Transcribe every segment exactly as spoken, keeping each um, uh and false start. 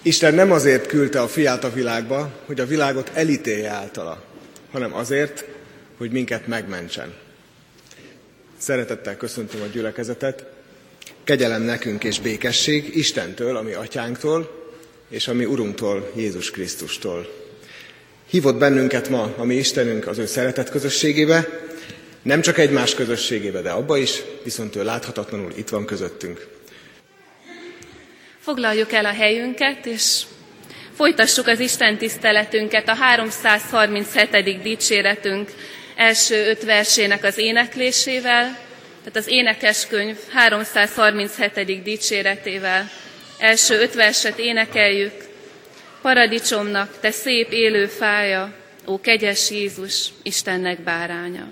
Isten nem azért küldte a fiát a világba, hogy a világot elítélje általa, hanem azért, hogy minket megmentsen. Szeretettel köszöntöm a gyülekezetet. Kegyelem nekünk és békesség Istentől, a mi atyánktól, és a mi Urunktól, Jézus Krisztustól. Hívott bennünket ma a mi Istenünk az ő szeretet közösségébe, nem csak egymás közösségébe, de abba is, viszont ő láthatatlanul itt van közöttünk. Foglaljuk el a helyünket, és folytassuk az Isten tiszteletünket a háromszázharminchetedik dicséretünk első öt versének az éneklésével, tehát az énekeskönyv háromszázharminchetedik dicséretével. Első öt verset énekeljük. Paradicsomnak, te szép élő fája, ó kegyes Jézus, Istennek báránya.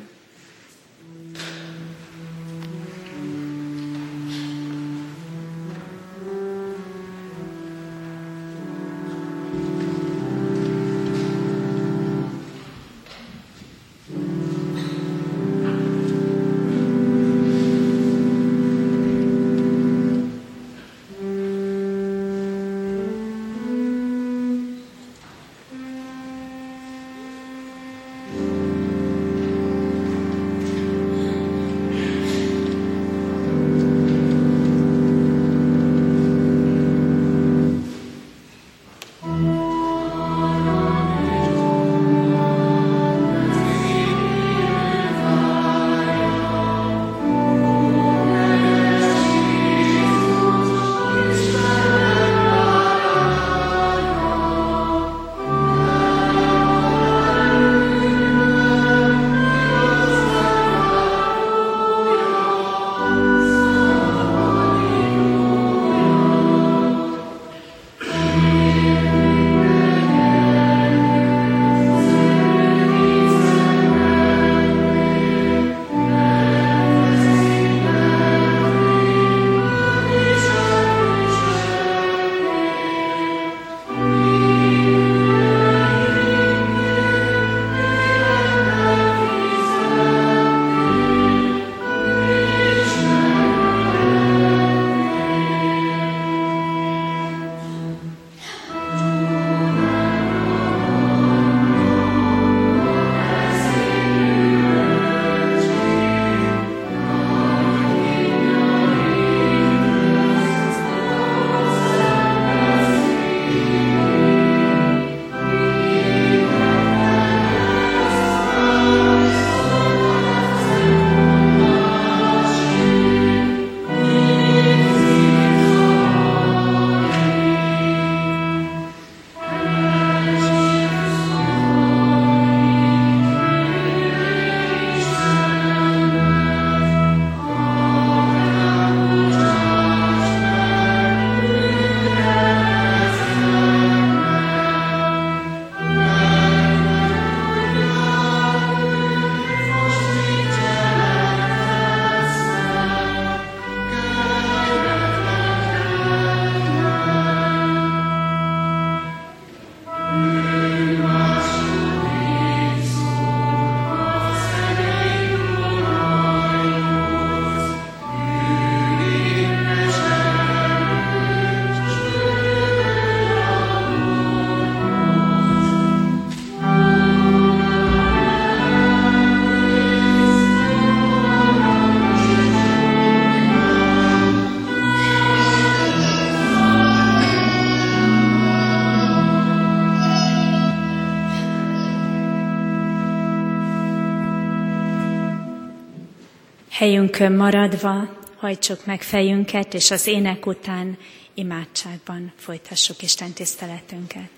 Helyünkön maradva hajtsuk meg fejünket, és az ének után imádságban folytassuk Isten tiszteletünket.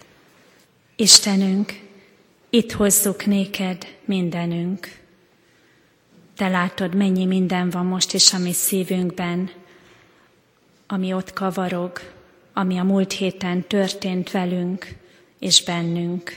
Istenünk, itt hozzuk néked mindenünk. Te látod, mennyi minden van most is a mi szívünkben, ami ott kavarog, ami a múlt héten történt velünk és bennünk.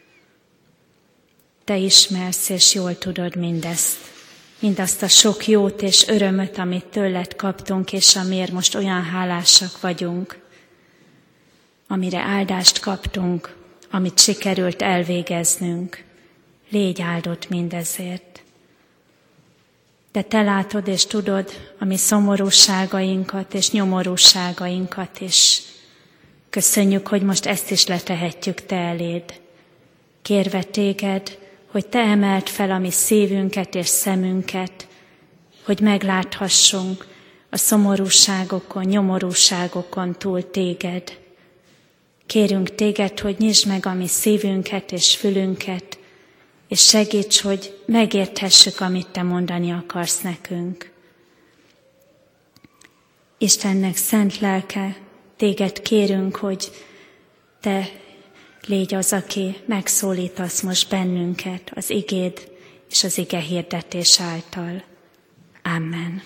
Te ismersz és jól tudod mindezt. Mindazt a sok jót és örömöt, amit tőled kaptunk, és amiért most olyan hálásak vagyunk, amire áldást kaptunk, amit sikerült elvégeznünk. Légy áldott mindezért. De te látod és tudod a mi szomorúságainkat és nyomorúságainkat is. Köszönjük, hogy most ezt is letehetjük Te eléd. Kérve Téged, hogy Te emeld fel a mi szívünket és szemünket, hogy megláthassunk a szomorúságokon, nyomorúságokon túl Téged. Kérünk Téged, hogy nyisd meg a mi szívünket és fülünket, és segíts, hogy megérthessük, amit Te mondani akarsz nekünk. Istennek szent lelke, Téged kérünk, hogy Te légy az, aki megszólítasz most bennünket az igéd és az ige hirdetés által. Amen.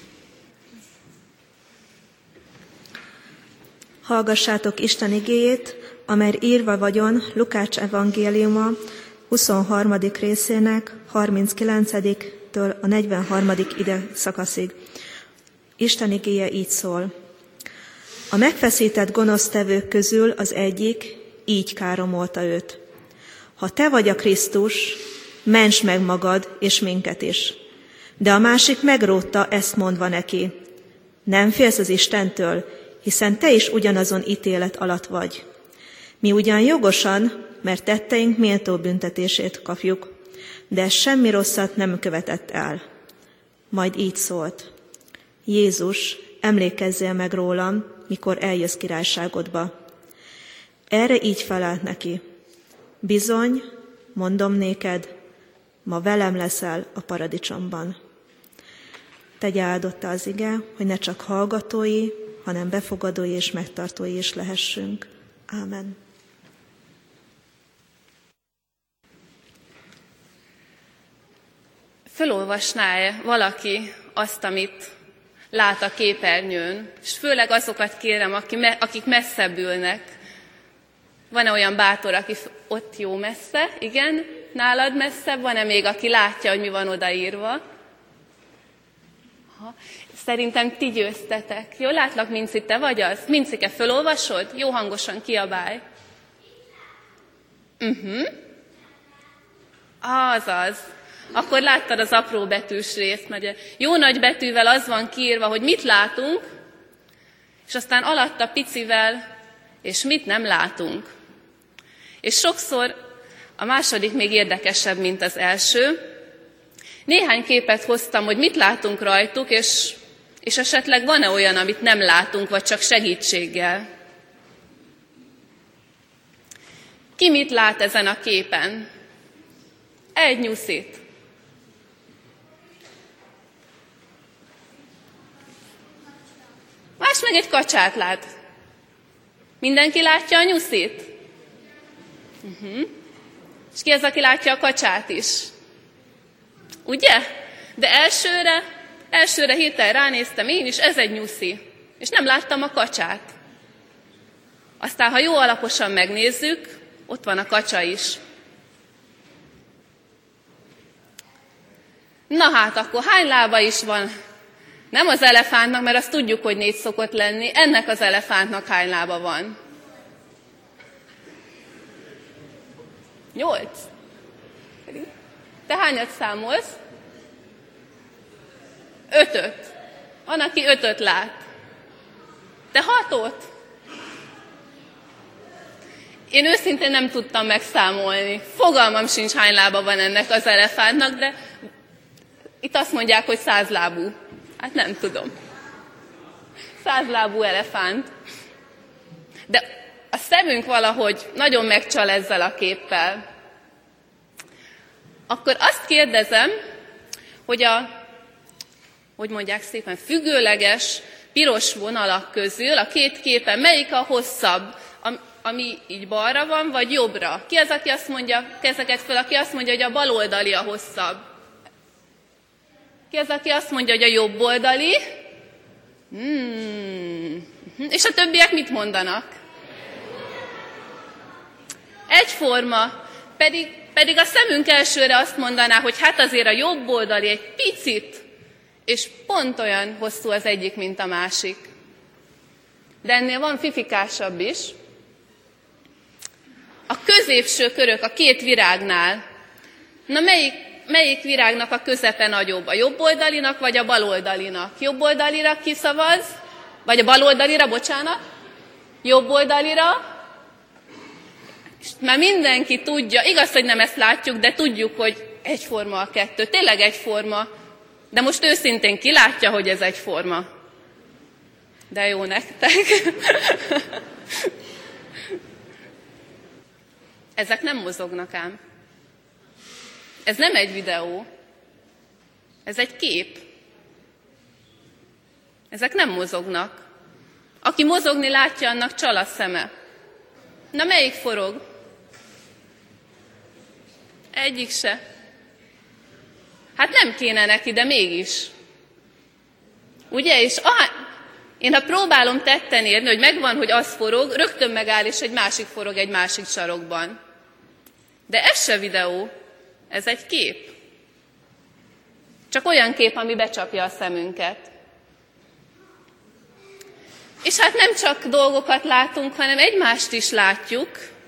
Hallgassátok Isten igéjét, amely írva vagyon Lukács evangéliuma huszonharmadik részének harminckilencediktől a negyvenharmadik ide szakaszig. Isten igéje így szól. A megfeszített gonosztevők közül az egyik így káromolta őt. Ha te vagy a Krisztus, ments meg magad és minket is. De a másik megrótta ezt mondva neki. Nem félsz az Istentől, hiszen te is ugyanazon ítélet alatt vagy. Mi ugyan jogosan, mert tetteink méltó büntetését kapjuk, de semmi rosszat nem követett el. Majd így szólt. Jézus, emlékezzél meg rólam, mikor eljössz királyságodba. Erre így felelt neki. Bizony, mondom néked, ma velem leszel a paradicsomban. Tegye áldotta az ige, hogy ne csak hallgatói, hanem befogadói és megtartói is lehessünk. Ámen. Fölolvasná-e valaki azt, amit lát a képernyőn? És főleg azokat kérem, akik messzebb ülnek. Van-e olyan bátor, aki ott jó messze? Igen? Nálad messzebb? Van-e még, aki látja, hogy mi van odaírva? Aha. Szerintem ti győztetek. Jól látlak, Minci, te vagy az? Mincike, fölolvasod? Jó hangosan kiabálj. Uh-huh. Azaz. Akkor láttad az apró betűs részt, mert jó nagy betűvel az van kiírva, hogy mit látunk, és aztán alatta picivel, és mit nem látunk. És sokszor a második még érdekesebb, mint az első. Néhány képet hoztam, hogy mit látunk rajtuk, és, és esetleg van-e olyan, amit nem látunk, vagy csak segítséggel. Ki mit lát ezen a képen? Egy nyuszit. Más meg egy kacsát lát. Mindenki látja a nyuszit? Uh-huh. És ki az, aki látja a kacsát is? Ugye? De elsőre, elsőre hirtelen ránéztem én is, ez egy nyuszi. És nem láttam a kacsát. Aztán, ha jó alaposan megnézzük, ott van a kacsa is. Na hát, akkor hány lába is van? Nem az elefántnak, mert azt tudjuk, hogy négy szokott lenni. Ennek az elefántnak hány lába van? Nyolc. Te hányat számolsz? Ötöt. Van, aki ötöt lát. Te hatot? Én őszintén nem tudtam megszámolni. Fogalmam sincs, hány lába van ennek az elefántnak, de itt azt mondják, hogy százlábú. Hát nem tudom. Százlábú elefánt. De a szemünk valahogy nagyon megcsal ezzel a képpel. Akkor azt kérdezem, hogy a, hogy mondják szépen, függőleges, piros vonalak közül a két képen melyik a hosszabb, ami így balra van, vagy jobbra? Ki az, aki azt mondja, kezeket föl, aki azt mondja, hogy a baloldali a hosszabb? Ki az, aki azt mondja, hogy a jobb oldali? Hmm. És a többiek mit mondanak? Egyforma, pedig, pedig a szemünk elsőre azt mondaná, hogy hát azért a jobb oldali egy picit, és pont olyan hosszú az egyik, mint a másik. De ennél van fifikásabb is. A középső körök a két virágnál. Na melyik, melyik virágnak a közepe nagyobb? A jobb oldalinak, vagy a bal oldalinak? Jobb oldalira kiszavaz? Vagy a bal oldalira, bocsánat? Jobb oldalira? És már mindenki tudja, igaz, hogy nem ezt látjuk, de tudjuk, hogy egyforma a kettő. Tényleg egyforma, de most őszintén ki látja, hogy ez egyforma? De jó nektek. Ezek nem mozognak ám. Ez nem egy videó. Ez egy kép. Ezek nem mozognak. Aki mozogni látja, annak csal a szeme. Na, melyik forog? Egyik se. Hát nem kéne neki, de mégis. Ugye? És ah, én ha próbálom tetten érni, hogy megvan, hogy az forog, rögtön megáll, és egy másik forog egy másik sarokban. De ez se videó, ez egy kép. Csak olyan kép, ami becsapja a szemünket. És hát nem csak dolgokat látunk, hanem egymást is látjuk.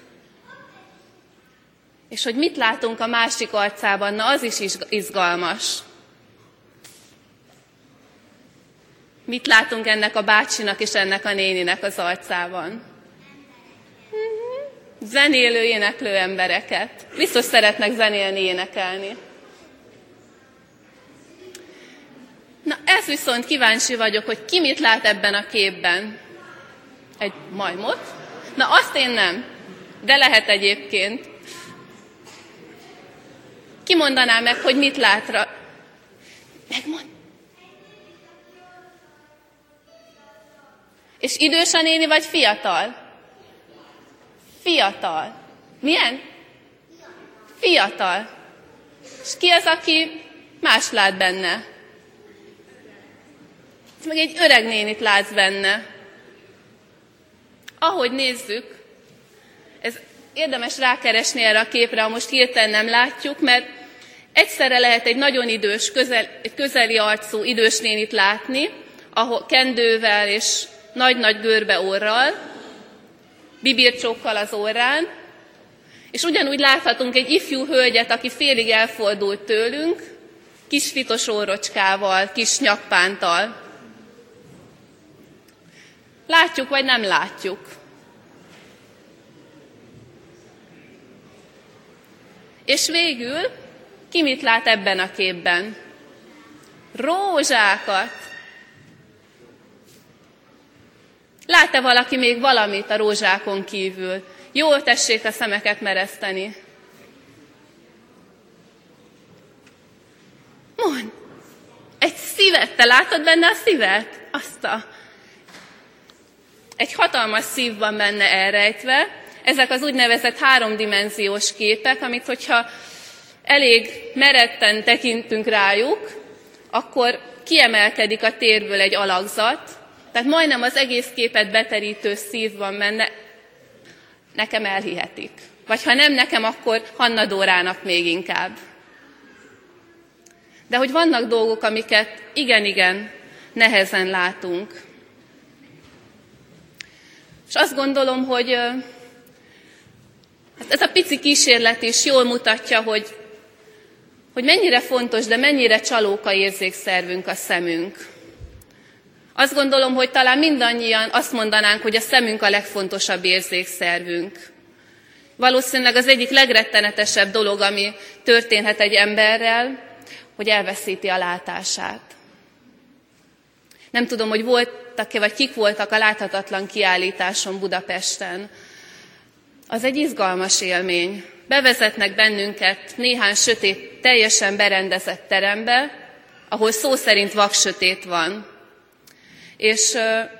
És hogy mit látunk a másik arcában, na az is izgalmas. Mit látunk ennek a bácsinak és ennek a néninek az arcában? Zenélő, éneklő embereket. Biztos szeretnek zenélni, énekelni. Na, ez viszont kíváncsi vagyok, hogy ki mit lát ebben a képben. Egy majmot? Na, azt én nem. De lehet egyébként. Ki mondaná meg, hogy mit lát rá? Megmond. És idős a néni, vagy fiatal? Fiatal. Milyen? Fiatal. És ki az, aki más lát benne? Meg egy öreg nénit látsz benne. Ahogy nézzük, ez érdemes rákeresni erre a képre, ha most hirtelen nem látjuk, mert egyszerre lehet egy nagyon idős, közel, egy közeli arcú idős nénit látni, ahol kendővel és nagy-nagy görbe orral, bibircsókkal az orrán, és ugyanúgy láthatunk egy ifjú hölgyet, aki félig elfordult tőlünk, kis fitos orrocskával, kis nyakpántal. Látjuk, vagy nem látjuk? És végül, ki mit lát ebben a képben? Rózsákat. Lát-e valaki még valamit a rózsákon kívül? Jól tessék a szemeket mereszteni. Mondd! Egy szívet, te látod benne a szívet? Azt a... Egy hatalmas szív van benne elrejtve. Ezek az úgynevezett háromdimenziós képek, amit hogyha elég meretten tekintünk rájuk, akkor kiemelkedik a térből egy alakzat, tehát majdnem az egész képet beterítő szív van benne. Nekem elhihetik. Vagy ha nem nekem, akkor Hanna Dórának még inkább. De hogy vannak dolgok, amiket igen-igen nehezen látunk. És azt gondolom, hogy hát ez a pici kísérlet is jól mutatja, hogy, hogy mennyire fontos, de mennyire csalóka érzékszervünk a szemünk. Azt gondolom, hogy talán mindannyian azt mondanánk, hogy a szemünk a legfontosabb érzékszervünk. Valószínűleg az egyik legrettenetesebb dolog, ami történhet egy emberrel, hogy elveszíti a látását. Nem tudom, hogy voltak-e, vagy kik voltak a láthatatlan kiállításon Budapesten. Az egy izgalmas élmény. Bevezetnek bennünket néhány sötét, teljesen berendezett terembe, ahol szó szerint vaksötét van. És,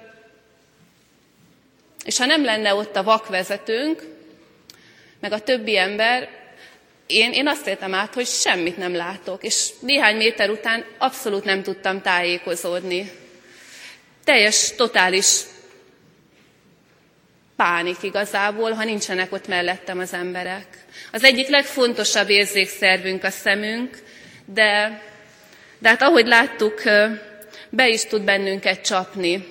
és ha nem lenne ott a vakvezetőnk, meg a többi ember, én, én azt éltem át, hogy semmit nem látok, és néhány méter után abszolút nem tudtam tájékozódni. Teljes, totális pánik igazából, ha nincsenek ott mellettem az emberek. Az egyik legfontosabb érzékszervünk a szemünk, de, de hát ahogy láttuk, be is tud bennünket csapni.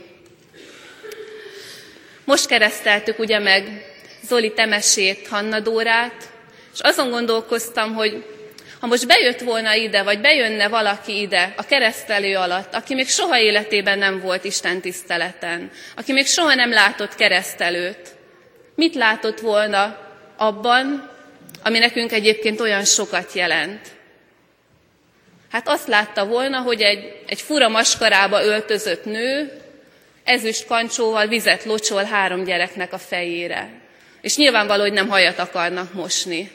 Most kereszteltük ugye meg Zoli Temesét, Hanna Dórát, és azon gondolkoztam, hogy ha most bejött volna ide, vagy bejönne valaki ide a keresztelő alatt, aki még soha életében nem volt istentiszteleten, aki még soha nem látott keresztelőt, mit látott volna abban, ami nekünk egyébként olyan sokat jelent. Hát azt látta volna, hogy egy, egy fura maskarába öltözött nő ezüst kancsóval vizet locsol három gyereknek a fejére. És nyilvánvaló, hogy nem hajat akarnak mosni.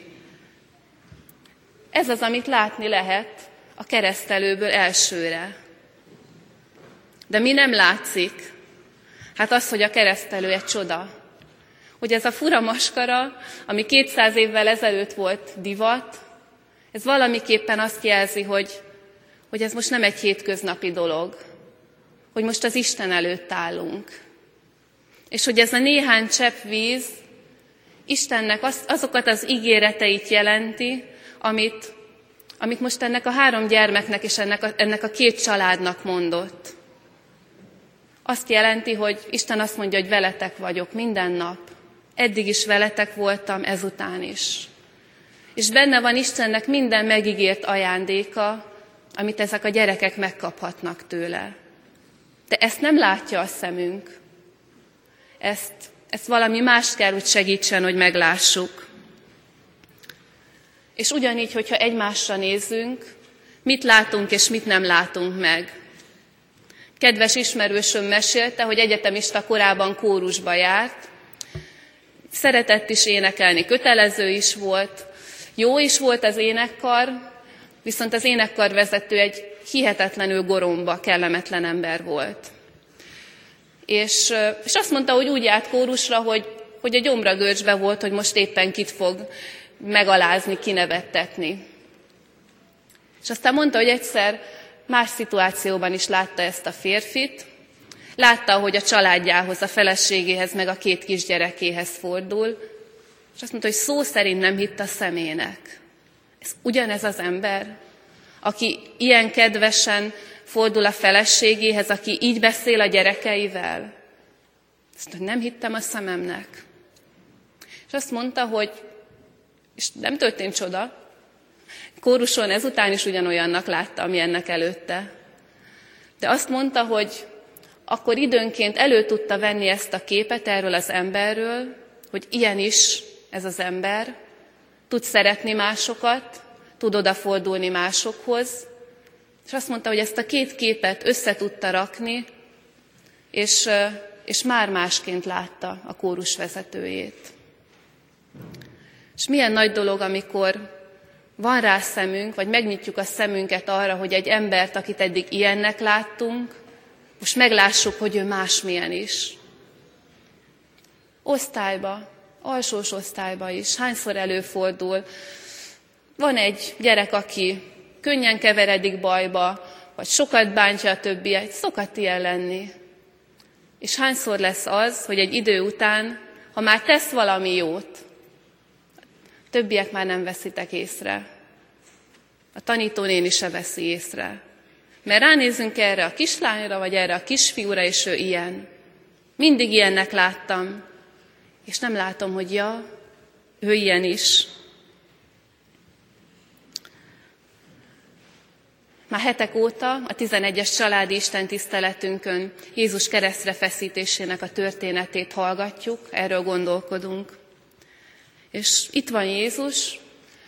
Ez az, amit látni lehet a keresztelőből elsőre. De mi nem látszik? Hát az, hogy a keresztelő egy csoda. Hogy ez a fura maskara, ami kétszáz évvel ezelőtt volt divat, ez valamiképpen azt jelzi, hogy, hogy ez most nem egy hétköznapi dolog. Hogy most az Isten előtt állunk. És hogy ez a néhány csepp víz Istennek az, azokat az ígéreteit jelenti, amit, amit most ennek a három gyermeknek és ennek a, ennek a két családnak mondott. Azt jelenti, hogy Isten azt mondja, hogy veletek vagyok minden nap. Eddig is veletek voltam, ezután is. És benne van Istennek minden megígért ajándéka, amit ezek a gyerekek megkaphatnak tőle. De ezt nem látja a szemünk. Ezt, ezt valami más kell, hogy segítsen, hogy meglássuk. És ugyanígy, hogyha egymásra nézzünk, mit látunk és mit nem látunk meg. Kedves ismerősöm mesélte, hogy egyetemista korában kórusba járt, szeretett is énekelni, kötelező is volt, jó is volt az énekkar, viszont az énekkarvezető egy hihetetlenül goromba, kellemetlen ember volt. És, és azt mondta, hogy úgy járt kórusra, hogy, hogy a gyomragörcsbe volt, hogy most éppen kit fog megalázni, kinevettetni. És aztán mondta, hogy egyszer más szituációban is látta ezt a férfit, látta, hogy a családjához, a feleségéhez, meg a két kisgyerekéhez fordul, és azt mondta, hogy szó szerint nem hitt a szemének. Ez ugyanez az ember, aki ilyen kedvesen fordul a feleségéhez, aki így beszél a gyerekeivel. Azt mondta, hogy nem hittem a szememnek. És azt mondta, hogy, és nem történt csoda, kóruson ezután is ugyanolyannak látta, ami ennek előtte. De azt mondta, hogy akkor időnként elő tudta venni ezt a képet erről az emberről, hogy ilyen is ez az ember, tud szeretni másokat, tud odafordulni másokhoz, és azt mondta, hogy ezt a két képet össze tudta rakni, és, és már másként látta a kórus vezetőjét. És milyen nagy dolog, amikor van rá szemünk, vagy megnyitjuk a szemünket arra, hogy egy embert, akit eddig ilyennek láttunk, most meglássuk, hogy ő másmilyen is. Osztályba, alsós osztályba is, hányszor előfordul. Van egy gyerek, aki könnyen keveredik bajba, vagy sokat bántja a többiet, szokott ilyen lenni. És hányszor lesz az, hogy egy idő után, ha már tesz valami jót, többiek már nem veszitek észre. A tanítónéni se veszi észre. Mert ránézünk erre a kislányra, vagy erre a kisfiúra, és ő ilyen. Mindig ilyennek láttam, és nem látom, hogy ja, ő ilyen is. Már hetek óta a tizenegyes családi istentiszteletünkön Jézus keresztre feszítésének a történetét hallgatjuk, erről gondolkodunk. És itt van Jézus,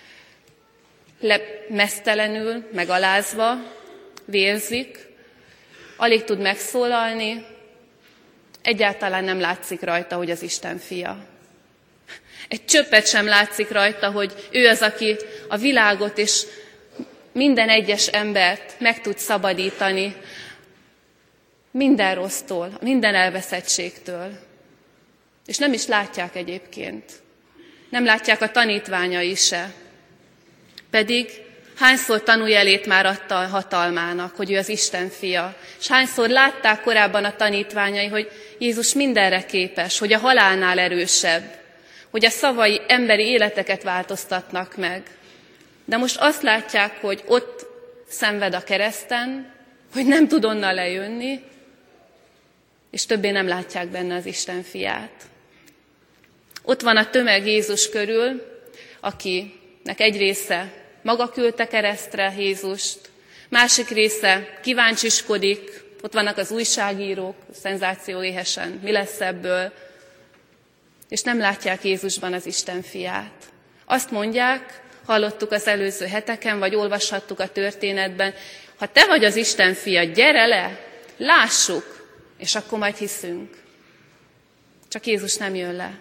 meztelenül, megalázva, vérzik, alig tud megszólalni, egyáltalán nem látszik rajta, hogy az Isten fia. Egy csöppet sem látszik rajta, hogy ő az, aki a világot és minden egyes embert meg tud szabadítani minden rossztól, minden elveszettségtől. És nem is látják egyébként. Nem látják a tanítványai se. Pedig hányszor tanújelét már adta a hatalmának, hogy ő az Isten fia. És hányszor látták korábban a tanítványai, hogy Jézus mindenre képes, hogy a halálnál erősebb, hogy a szavai emberi életeket változtatnak meg. De most azt látják, hogy ott szenved a kereszten, hogy nem tud onnan lejönni, és többé nem látják benne az Isten fiát. Ott van a tömeg Jézus körül, akinek egy része maga küldte keresztre Jézust, másik része kíváncsiskodik, ott vannak az újságírók, szenzációéhesen, mi lesz ebből. és nem látják Jézusban az Isten fiát. Azt mondják, hallottuk az előző heteken, vagy olvashattuk a történetben, ha te vagy az Isten fia, gyere le, lássuk, és akkor majd hiszünk. Csak Jézus nem jön le.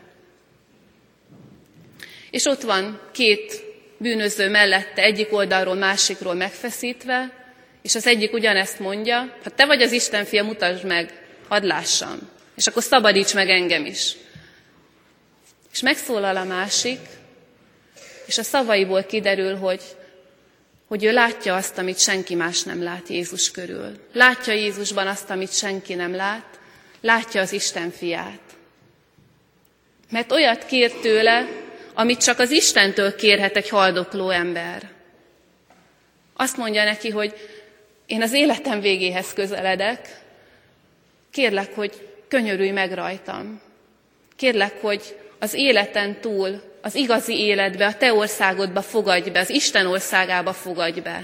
És ott van két bűnöző mellette, egyik oldalról, másikról megfeszítve, és az egyik ugyanezt mondja, ha te vagy az Isten fia, mutasd meg, hadd lássam, és akkor szabadíts meg engem is. És megszólal a másik, és a szavaiból kiderül, hogy, hogy ő látja azt, amit senki más nem lát Jézus körül. Látja Jézusban azt, amit senki nem lát, látja az Isten fiát. Mert olyat kér tőle, amit csak az Istentől kérhet egy haldokló ember. Azt mondja neki, hogy én az életem végéhez közeledek, kérlek, hogy könyörülj meg rajtam. Kérlek, hogy az életen túl, az igazi életbe, a te országodba fogadj be, az Isten országába fogadj be.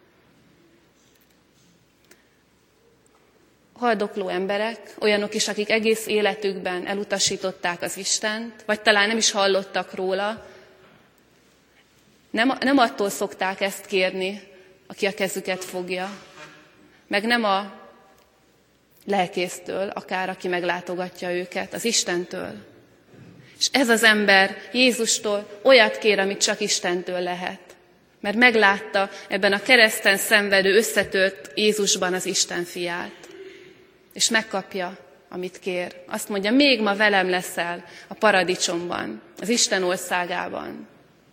Haldokló emberek, olyanok is, akik egész életükben elutasították az Istent, vagy talán nem is hallottak róla, nem, nem attól szokták ezt kérni, aki a kezüket fogja, meg nem a lelkésztől, akár aki meglátogatja őket, az Istentől. És ez az ember Jézustól olyat kér, amit csak Istentől lehet. Mert meglátta ebben a kereszten szenvedő, összetört Jézusban az Isten fiát. És megkapja, amit kér. Azt mondja, még ma velem leszel a paradicsomban, az Isten országában.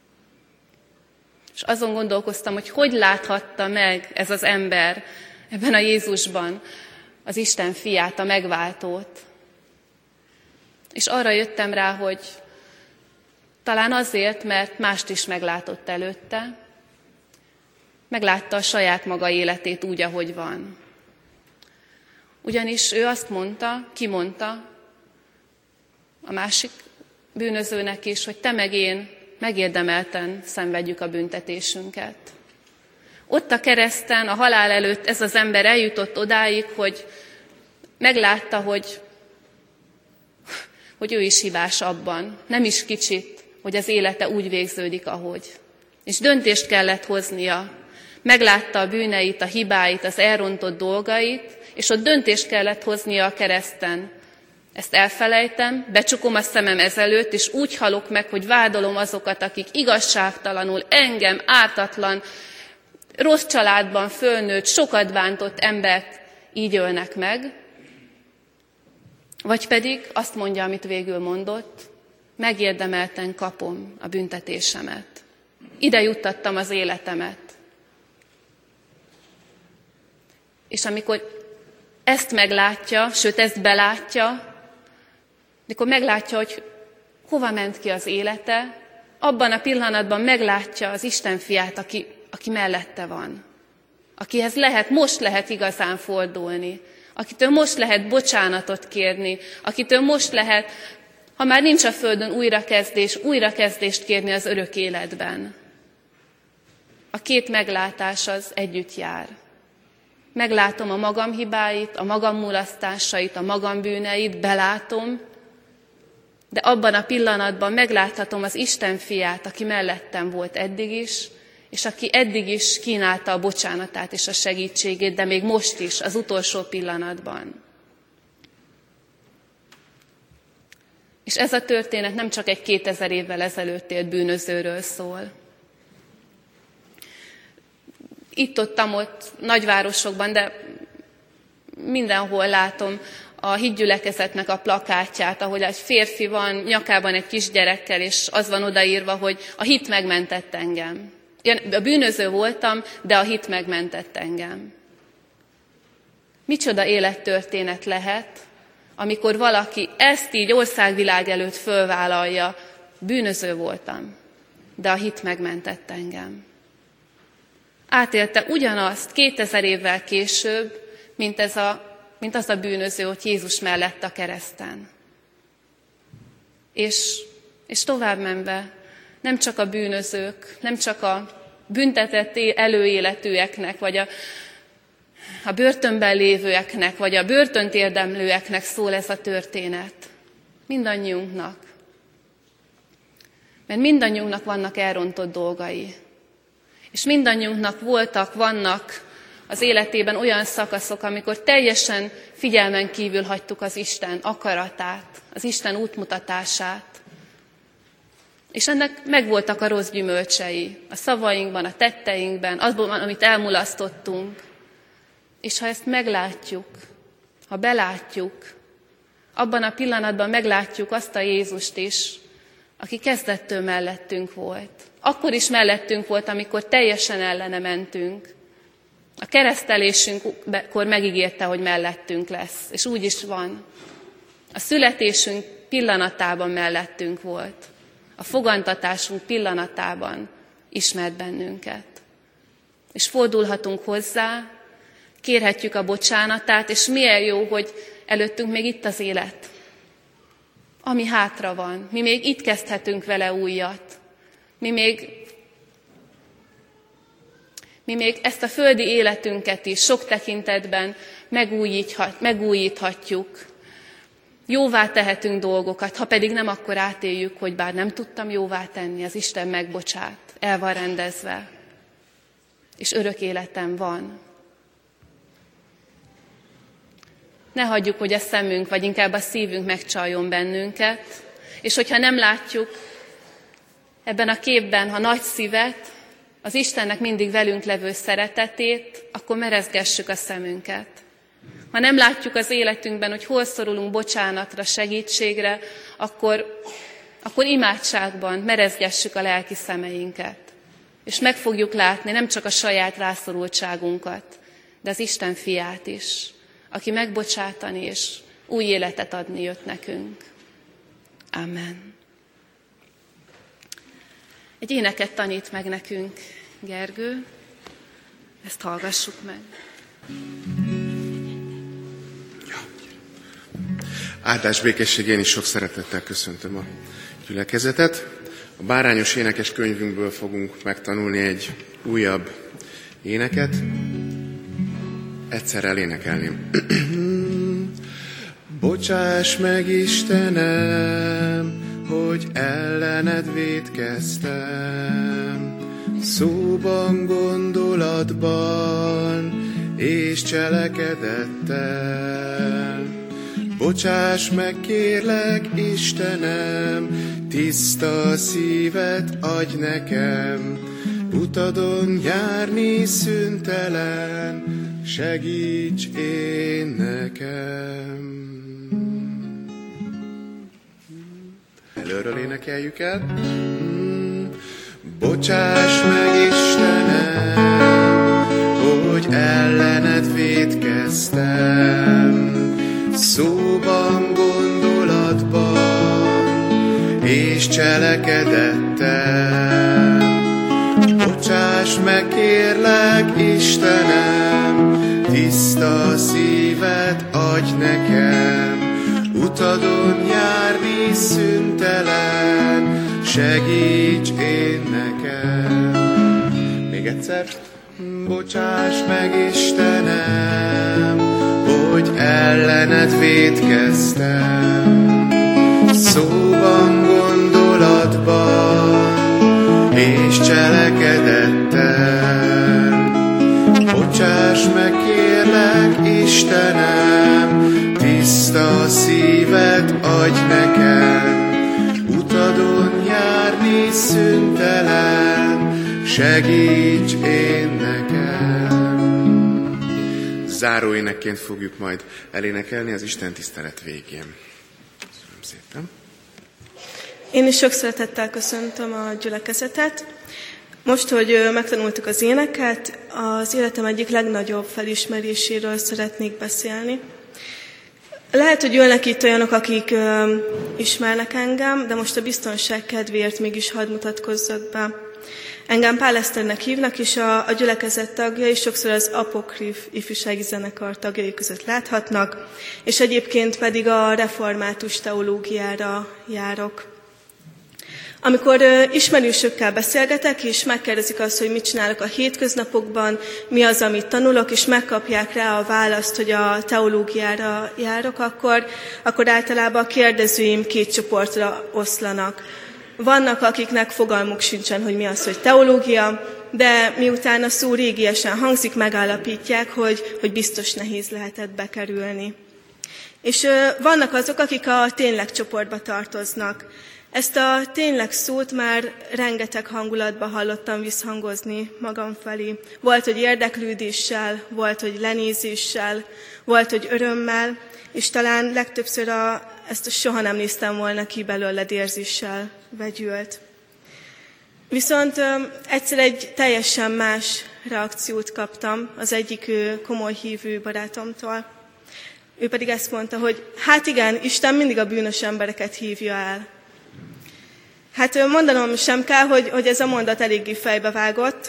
És azon gondolkoztam, hogy hogy láthatta meg ez az ember ebben a Jézusban az Isten fiát, a megváltót. És arra jöttem rá, hogy talán azért, mert mást is meglátott előtte, meglátta a saját maga életét úgy, ahogy van. Ugyanis ő azt mondta, kimondta a másik bűnözőnek is, hogy te meg én megérdemelten szenvedjük a büntetésünket. Ott a kereszten, a halál előtt ez az ember eljutott odáig, hogy meglátta, hogy, hogy ő is hibás abban, nem is kicsit, hogy az élete úgy végződik, ahogy. És döntést kellett hoznia. Meglátta a bűneit, a hibáit, az elrontott dolgait, és ott döntést kellett hoznia a kereszten. Ezt elfelejtem, becsukom a szemem ezelőtt, és úgy halok meg, hogy vádolom azokat, akik igazságtalanul, engem, ártatlan, rossz családban fölnőtt, sokat bántott embert így ölnek meg. Vagy pedig azt mondja, amit végül mondott, megérdemelten kapom a büntetésemet. Ide juttattam az életemet. És amikor ezt meglátja, sőt ezt belátja, amikor meglátja, hogy hova ment ki az élete, abban a pillanatban meglátja az Isten fiát, aki, aki mellette van. Akihez lehet, most lehet igazán fordulni. Akitől most lehet bocsánatot kérni. Akitől most lehet, ha már nincs a földön újrakezdés, újrakezdést kérni az örök életben. A két meglátás az együtt jár. Meglátom a magam hibáit, a magam mulasztásait, a magam bűneit, belátom, de abban a pillanatban megláthatom az Isten fiát, aki mellettem volt eddig is, és aki eddig is kínálta a bocsánatát és a segítségét, de még most is, az utolsó pillanatban. És ez a történet nem csak egy kétezer évvel ezelőtt élt bűnözőről szól. Itt-ottam ott nagyvárosokban, de mindenhol látom a hitgyülekezetnek a plakátját, ahol egy férfi van nyakában egy kisgyerekkel, és az van odaírva, hogy a hit megmentett engem. Én a bűnöző voltam, de a hit megmentett engem. Micsoda élettörténet lehet, amikor valaki ezt így országvilág előtt fölvállalja, bűnöző voltam, de a hit megmentett engem. Átélte ugyanazt kétezer évvel később, mint, ez a, mint az a bűnöző, hogy Jézus mellett a kereszten. És, és tovább menve, nem csak a bűnözők, nem csak a büntetett előéletűeknek, vagy a, a börtönben lévőeknek, vagy a börtönt érdemlőeknek szól ez a történet. Mindannyiunknak. Mert mindannyiunknak vannak elrontott dolgai. És mindannyiunknak voltak, vannak az életében olyan szakaszok, amikor teljesen figyelmen kívül hagytuk az Isten akaratát, az Isten útmutatását. És ennek megvoltak a rossz gyümölcsei, a szavainkban, a tetteinkben, azban, amit elmulasztottunk. És ha ezt meglátjuk, ha belátjuk, abban a pillanatban meglátjuk azt a Jézust is, aki kezdettől mellettünk volt. Akkor is mellettünk volt, amikor teljesen ellene mentünk. A keresztelésünkkor megígérte, hogy mellettünk lesz, és úgy is van. A születésünk pillanatában mellettünk volt. A fogantatásunk pillanatában ismert bennünket. És fordulhatunk hozzá, kérhetjük a bocsánatát, és milyen jó, hogy előttünk még itt az élet. Ami hátra van, mi még itt kezdhetünk vele újat. Mi még, mi még ezt a földi életünket is sok tekintetben megújíthat, megújíthatjuk. Jóvá tehetünk dolgokat, ha pedig nem, akkor átéljük, hogy bár nem tudtam jóvá tenni, az Isten megbocsát, el van rendezve, és örök életem van. Ne hagyjuk, hogy a szemünk, vagy inkább a szívünk megcsaljon bennünket, és hogyha nem látjuk ebben a képben a nagy szívet, az Istennek mindig velünk levő szeretetét, akkor merezgessük a szemünket. Ha nem látjuk az életünkben, hogy hol szorulunk bocsánatra, segítségre, akkor, akkor imádságban merezgessük a lelki szemeinket. És meg fogjuk látni nem csak a saját rászorultságunkat, de az Isten fiát is, aki megbocsátani és új életet adni jött nekünk. Amen. Egy éneket tanít meg nekünk Gergő, ezt hallgassuk meg. Áldás békesség, én is sok szeretettel köszöntöm a gyülekezetet. A Bárányos énekes könyvünkből fogunk megtanulni egy újabb éneket. Egyszer elénekelném. Bocsáss meg, Istenem, hogy ellened vétkeztem, szóban, gondolatban és cselekedettel. Bocsáss meg, kérlek, Istenem, tiszta szívet adj nekem, utadon járni szüntelen, segíts én nekem. Előről énekeljük el. Bocsáss meg, Istenem, hogy ellened vétkeztem, szóban, gondolatban és cselekedettel. Bocsáss meg, kérlek, Istenem, tiszta szívet adj nekem, utadon járni szüntelen, segíts én nekem. Még egyszer. Bocsáss meg, Istenem, hogy ellened vétkeztem, szóban, gondolatban és cselekedettel. Bocsáss meg, kérlek, Istenem, tiszta szívet adj nekem, utadon járni szüntelen, segíts én nekem. Záró énekként fogjuk majd elénekelni az Isten tisztelet végén. Köszönöm szépen. Én is sok szeretettel köszöntöm a gyülekezetet. Most, hogy megtanultuk az éneket, az életem egyik legnagyobb felismeréséről szeretnék beszélni. Lehet, hogy ülnek itt olyanok, akik ö, ismernek engem, de most a biztonság kedvéért mégis hadd mutatkozzak be. Engem Pál Eszternek hívnak, és a, a gyülekezet tagjai sokszor az Apokrif ifjúsági zenekar tagjai között láthatnak, és egyébként pedig a református teológiára járok. Amikor ö, ismerősökkel beszélgetek, és megkérdezik azt, hogy mit csinálok a hétköznapokban, mi az, amit tanulok, és megkapják rá a választ, hogy a teológiára járok, akkor, akkor általában a kérdezőim két csoportra oszlanak. vannak, akiknek fogalmuk sincsen, hogy mi az, hogy teológia, de miután a szó régiesen hangzik, megállapítják, hogy, hogy biztos nehéz lehetett bekerülni. És ö, vannak azok, akik a tényleg csoportba tartoznak. Ezt a tényleg szót már rengeteg hangulatban hallottam visszhangozni magam felé. Volt, hogy érdeklődéssel, volt, hogy lenézéssel, volt, hogy örömmel, és talán legtöbbször a, ezt soha nem néztem volna ki belőled érzéssel vegyült. Viszont ö, egyszer egy teljesen más reakciót kaptam az egyik ö, komoly hívő barátomtól. Ő pedig ezt mondta, hogy hát igen, Isten mindig a bűnös embereket hívja el. Hát mondanom sem kell, hogy, hogy ez a mondat eléggé fejbevágott,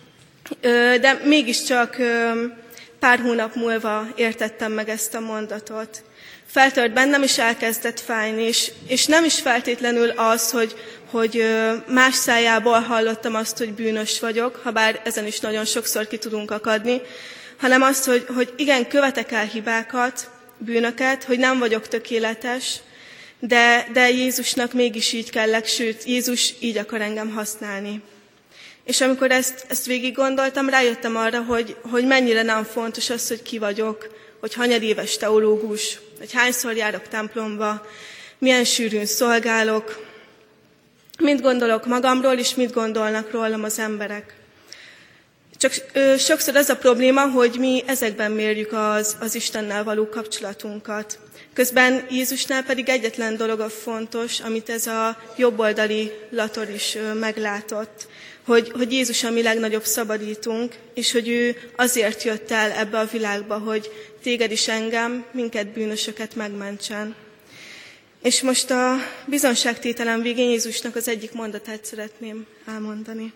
de mégiscsak pár hónap múlva értettem meg ezt a mondatot. Feltört bennem, és elkezdett fájni, és, és nem is feltétlenül az, hogy, hogy más szájából hallottam azt, hogy bűnös vagyok, ha bár ezen is nagyon sokszor ki tudunk akadni, hanem azt, hogy, hogy igen, követek el hibákat, bűnöket, hogy nem vagyok tökéletes, de, de Jézusnak mégis így kellek, sőt, Jézus így akar engem használni. És amikor ezt, ezt végig gondoltam, rájöttem arra, hogy, hogy mennyire nem fontos az, hogy ki vagyok, hogy hanyadéves teológus, hogy hányszor járok templomba, milyen sűrűn szolgálok, mit gondolok magamról, és mit gondolnak rólam az emberek. Csak ö, sokszor az a probléma, hogy mi ezekben mérjük az, az Istennel való kapcsolatunkat. Közben Jézusnál pedig egyetlen dolog a fontos, amit ez a jobboldali lator is ö, meglátott, hogy, hogy Jézus a mi legnagyobb szabadítunk, és hogy ő azért jött el ebbe a világba, hogy téged is engem, minket bűnösöket megmentsen. És most a bizonságtételem végén Jézusnak az egyik mondatát szeretném elmondani.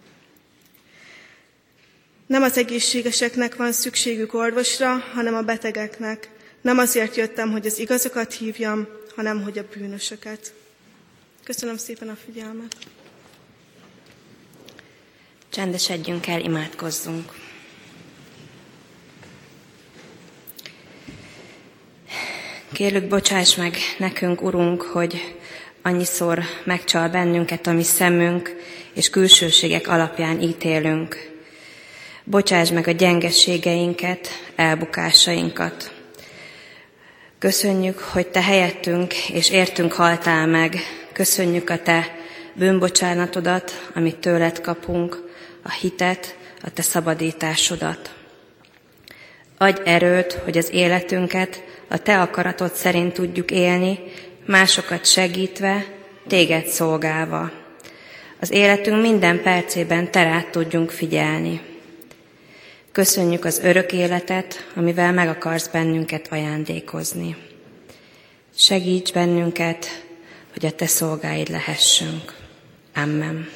Nem az egészségeseknek van szükségük orvosra, hanem a betegeknek. Nem azért jöttem, hogy az igazokat hívjam, hanem hogy a bűnösöket. Köszönöm szépen a figyelmet. Csendesedjünk el, imádkozzunk. Kérlek, bocsáss meg nekünk, Urunk, hogy annyiszor megcsal bennünket a mi szemünk, és külsőségek alapján ítélünk. Bocsáss meg a gyengeségeinket, elbukásainkat. Köszönjük, hogy Te helyettünk és értünk haltál meg. Köszönjük a Te bűnbocsánatodat, amit tőled kapunk, a hitet, a Te szabadításodat. Adj erőt, hogy az életünket a Te akaratod szerint tudjuk élni, másokat segítve, Téged szolgálva. Az életünk minden percében Te rád tudjunk figyelni. Köszönjük az örök életet, amivel meg akarsz bennünket ajándékozni. Segíts bennünket, hogy a Te szolgáid lehessünk. Amen.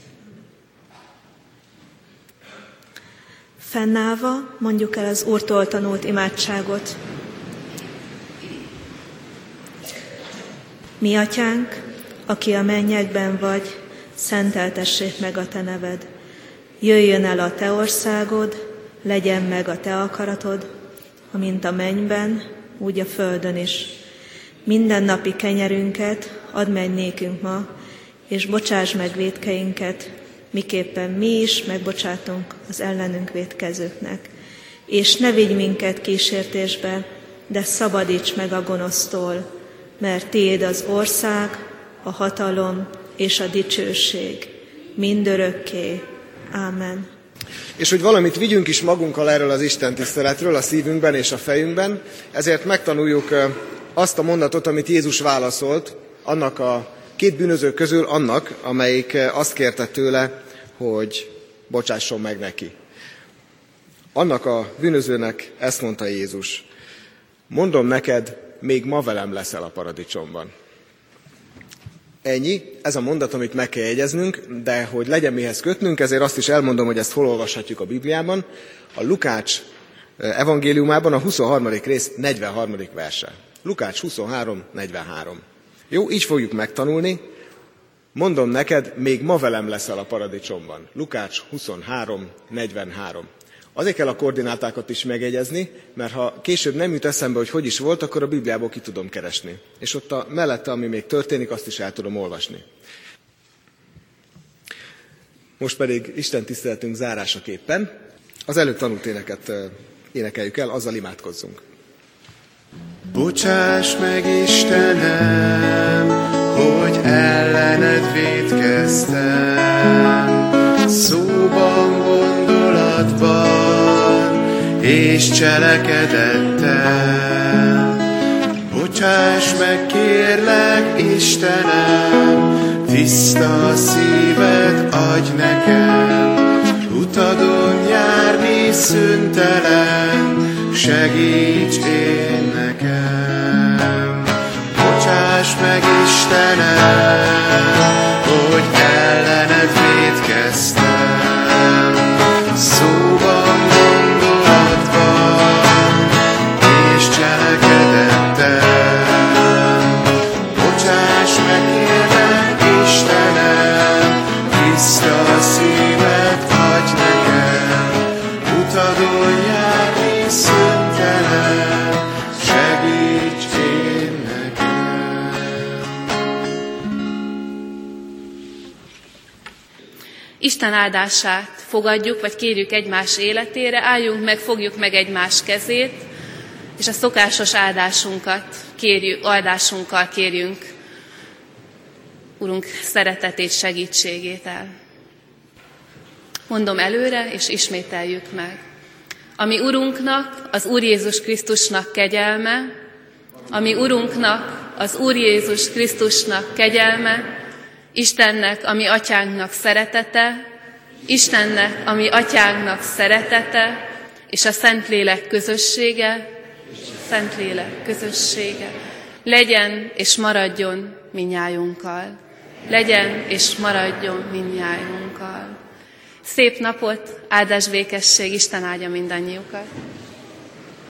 Fennállva mondjuk el az Úrtól tanult imádságot. Mi atyánk, aki a mennyekben vagy, szenteltessék meg a Te neved. Jöjjön el a Te országod, legyen meg a Te akaratod, amint a mennyben, úgy a földön is. Mindennapi kenyerünket add meg nékünk ma, és bocsáss meg vétkeinket, miképpen mi is megbocsátunk az ellenünk vétkezőknek. És ne vigy minket kísértésbe, de szabadíts meg a gonosztól, mert Tiéd az ország, a hatalom és a dicsőség mindörökké. Ámen. És hogy valamit vigyünk is magunkkal erről az Isten tiszteletről a szívünkben és a fejünkben, ezért megtanuljuk azt a mondatot, amit Jézus válaszolt annak a két bűnöző közül annak, amelyik azt kérte tőle, hogy bocsásson meg neki. Annak a bűnözőnek ezt mondta Jézus: mondom neked, még ma velem leszel a paradicsomban. Ennyi, ez a mondat, amit meg kell jegyeznünk, de hogy legyen mihez kötnünk, ezért azt is elmondom, hogy ezt hol olvashatjuk a Bibliában. A Lukács evangéliumában a huszonharmadik rész negyvenharmadik verse. Lukács huszonhárom negyvenhárom. Jó, így fogjuk megtanulni. Mondom neked, még ma velem leszel a paradicsomban. Lukács huszonhárom negyvenhárom. Azért kell a koordinátákat is megjegyezni, mert ha később nem jut eszembe, hogy hogy is volt, akkor a Bibliából ki tudom keresni. És ott a mellette, ami még történik, azt is el tudom olvasni. Most pedig Isten tiszteletünk zárásaképpen az előbb tanult éneket énekeljük el, azzal imádkozzunk. Bocsáss meg, Istenem, hogy ellened vétkeztem, szóban, gondolatban és cselekedettel. Bocsáss meg, kérlek, Istenem, tiszta szívet adj nekem, utadon járni szüntelen, segíts én nekem. Bocsáss meg, Istenem, hogy ellened vétkeztem, szóban, gondolatban és cselekedettel. Bocsáss meg, kérlek, Istenem, tiszta szívet adj nekem, utadon járni szüntelen, segíts én nekem. Isten áldását fogadjuk, vagy kérjük egymás életére, álljunk meg, fogjuk meg egymás kezét, és a szokásos áldásunkat kérjük, áldásunkkal kérjünk Urunk szeretetét, segítségét el. Mondom előre, és ismételjük meg. Ami Urunknak, az Úr Jézus Krisztusnak kegyelme, ami Urunknak, az Úr Jézus Krisztusnak kegyelme, Istennek, ami Atyánknak szeretete, Istennek, ami Atyánknak szeretete, és a Szentlélek közössége, Szentlélek közössége, legyen és maradjon mindnyájunkkal. Legyen és maradjon mindnyájunkkal. Szép napot, áldás békesség, Isten áldja mindannyiukat.